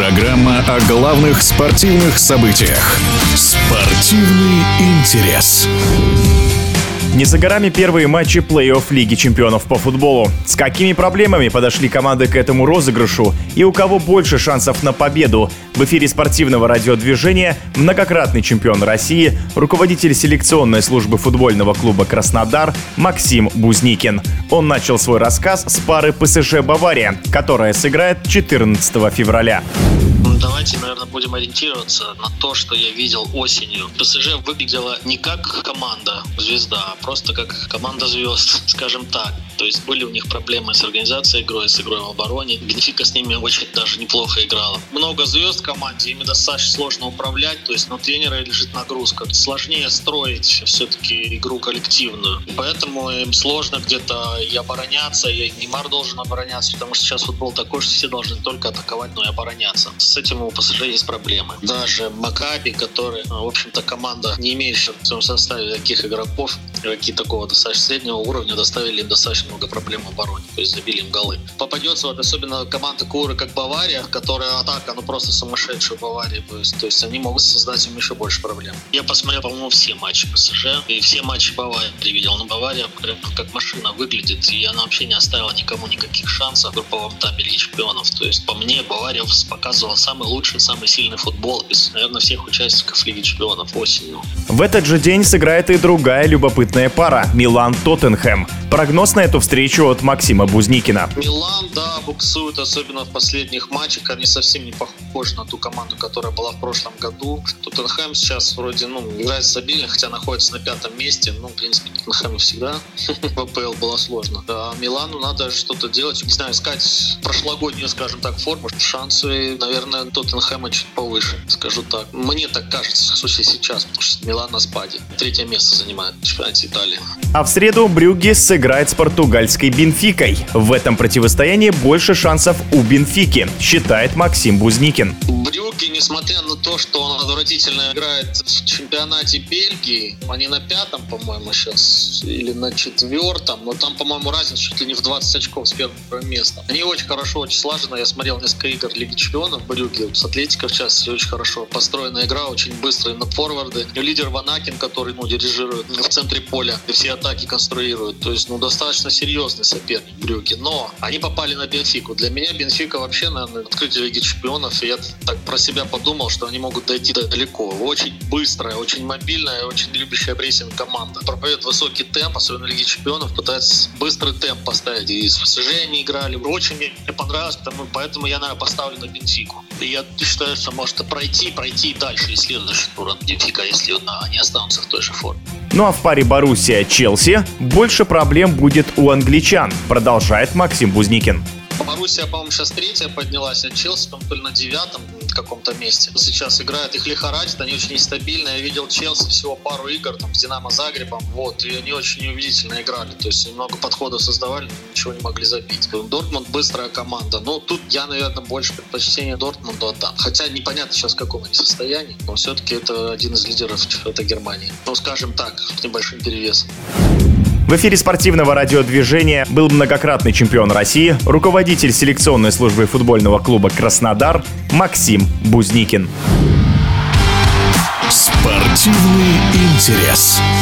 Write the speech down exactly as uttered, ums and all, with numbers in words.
Программа о главных спортивных событиях. Спортивный интерес. Не за горами первые матчи плей-офф Лиги чемпионов по футболу. С какими проблемами подошли команды к этому розыгрышу и у кого больше шансов на победу? В эфире спортивного радиодвижения многократный чемпион России, руководитель селекционной службы футбольного клуба «Краснодар» Максим Бузникин. Он начал свой рассказ с пары ПСЖ-Бавария, которая сыграет четырнадцатого февраля. Давайте, наверное, будем ориентироваться на то, что я видел осенью. ПСЖ выглядела не как команда звезда, а просто как команда звезд, скажем так. То есть были у них проблемы с организацией игры, с игрой в обороне. Бенфика с ними очень даже неплохо играла. Много звезд в команде, ими достаточно сложно управлять, то есть на тренера лежит нагрузка. Сложнее строить все-таки игру коллективную. Поэтому им сложно где-то и обороняться, и Неймар должен обороняться, потому что сейчас футбол такой, что все должны только атаковать, но и обороняться. С этим у ПСЖ есть проблемы. Даже Макаби, который, в общем-то, команда, не имеющая в своем составе таких игроков, игроки такого достаточно среднего уровня, доставили им достаточно много проблем в обороне, то есть забили им голы. Попадется вот особенно команда Куры, как Бавария, которая атака, ну просто сумасшедшая в Баварии, то есть, то есть они могут создать им еще больше проблем. Я посмотрел, по-моему, все матчи ПСЖ и все матчи Баварии видел, но Бавария прям как машина выглядит, и она вообще не оставила никому никаких шансов в групповом этапе Лиги чемпионов. То есть по мне Бавария показывала самый лучший, самый сильный футбол из, наверное, всех участников Лиги чемпионов осенью. В этот же день сыграет и другая любопытная пара – Милан-Тоттенхэм. Прогноз на эту встречу от Максима Бузникина. Милан, да, буксует, особенно в последних матчах. Они совсем не похожи на ту команду, которая была в прошлом году. Тоттенхэм сейчас вроде, ну, играет стабильно, хотя находится на пятом месте. Ну, в принципе, Тоттенхэму всегда в АПЛ было сложно. А Милану надо что-то делать. Не знаю, искать прошлогоднюю, скажем так, форму. Шансы, наверное, Тоттенхэма чуть повыше, скажу так. Мне так кажется, в случае сейчас, потому что Милан на спаде. Третье место занимает в чемпионате Италии. А в среду Брюгге сыграет с португальской Бенфикой. В этом противостоянии больше шансов у Бенфики, считает Максим Бузникин. Брюгге, несмотря на то, что он отвратительно играет в чемпионате Бельгии, они на пятом, по-моему, сейчас, или на четвертом, но там, по-моему, разница чуть ли не в двадцать очков с первого места. Они очень хорошо, очень слаженно. Я смотрел несколько игр Лиги чемпионов Брюгге, с Атлетико в частности, очень хорошо построенная игра, очень быстрые форварды. Лидер Ван Акен, который, ну, дирижирует в центре поля и все атаки конструирует. То есть, ну, достаточно серьезный соперник Брюгге. Но они попали на Бенфику. Для меня Бенфика вообще, наверное, открытие Лиги чемпионов. И я так про себя подумал, что они могут дойти далеко. Очень быстрая, очень мобильная, очень любящая прессинг команда. Проповедует высокий темп, особенно в Лиге чемпионов, пытается быстрый темп поставить. И с ПСЖ они играли. Очень мне понравилось, потому, поэтому я, наверное, поставлю на Бенфику. И я считаю, что может пройти, пройти и дальше, и следующий тур от Бенфика, если они останутся в той же форме. Ну а в паре Боруссия-Челси больше проблем будет у англичан, продолжает Максим Бузникин. Боруссия, по-моему, сейчас третья поднялась, а Челси там то ли на девятом каком-то месте. Сейчас играют, их лихорадит, они очень нестабильные. Я видел Челси всего пару игр там с Динамо Загребом, вот, и они очень неубедительно играли. То есть немного подходов создавали, но ничего не могли забить. Дортмунд быстрая команда. Но тут я, наверное, больше предпочтение Дортмунду отдам. Хотя непонятно сейчас, в каком они состоянии, но все-таки это один из лидеров чемпионата Германии. Ну, скажем так, с небольшим перевесом. В эфире спортивного радиодвижения был многократный чемпион России, руководитель селекционной службы футбольного клуба «Краснодар» Максим Бузникин. Спортивный интерес.